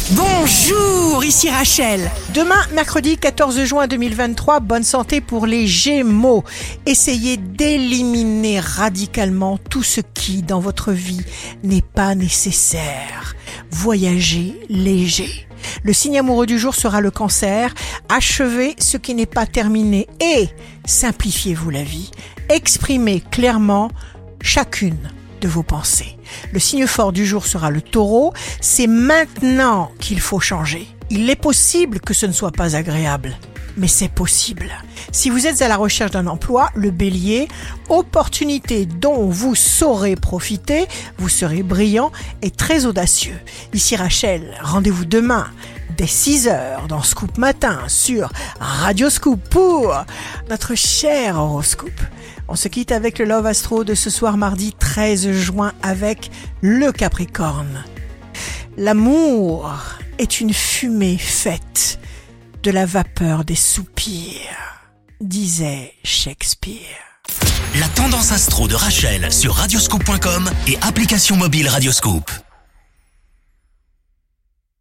Bonjour, ici Rachel. Demain, mercredi 14 juin 2023, bonne santé pour les Gémeaux. Essayez d'éliminer radicalement tout ce qui, dans votre vie, n'est pas nécessaire. Voyagez léger. Le signe amoureux du jour sera le Cancer. Achevez ce qui n'est pas terminé et simplifiez-vous la vie. Exprimez clairement chacune de vos pensées. Le signe fort du jour sera le Taureau. C'est maintenant qu'il faut changer. Il est possible que ce ne soit pas agréable, mais c'est possible. Si vous êtes à la recherche d'un emploi, le Bélier, opportunité dont vous saurez profiter, vous serez brillant et très audacieux. Ici Rachel, rendez-vous demain dès 6h dans Scoop Matin sur Radio Scoop pour notre cher horoscope. On se quitte avec le Love Astro de ce soir mardi 13 juin avec le Capricorne. L'amour est une fumée faite de la vapeur des soupirs, disait Shakespeare. La tendance astro de Rachel sur radioscoop.com et application mobile Radioscoop.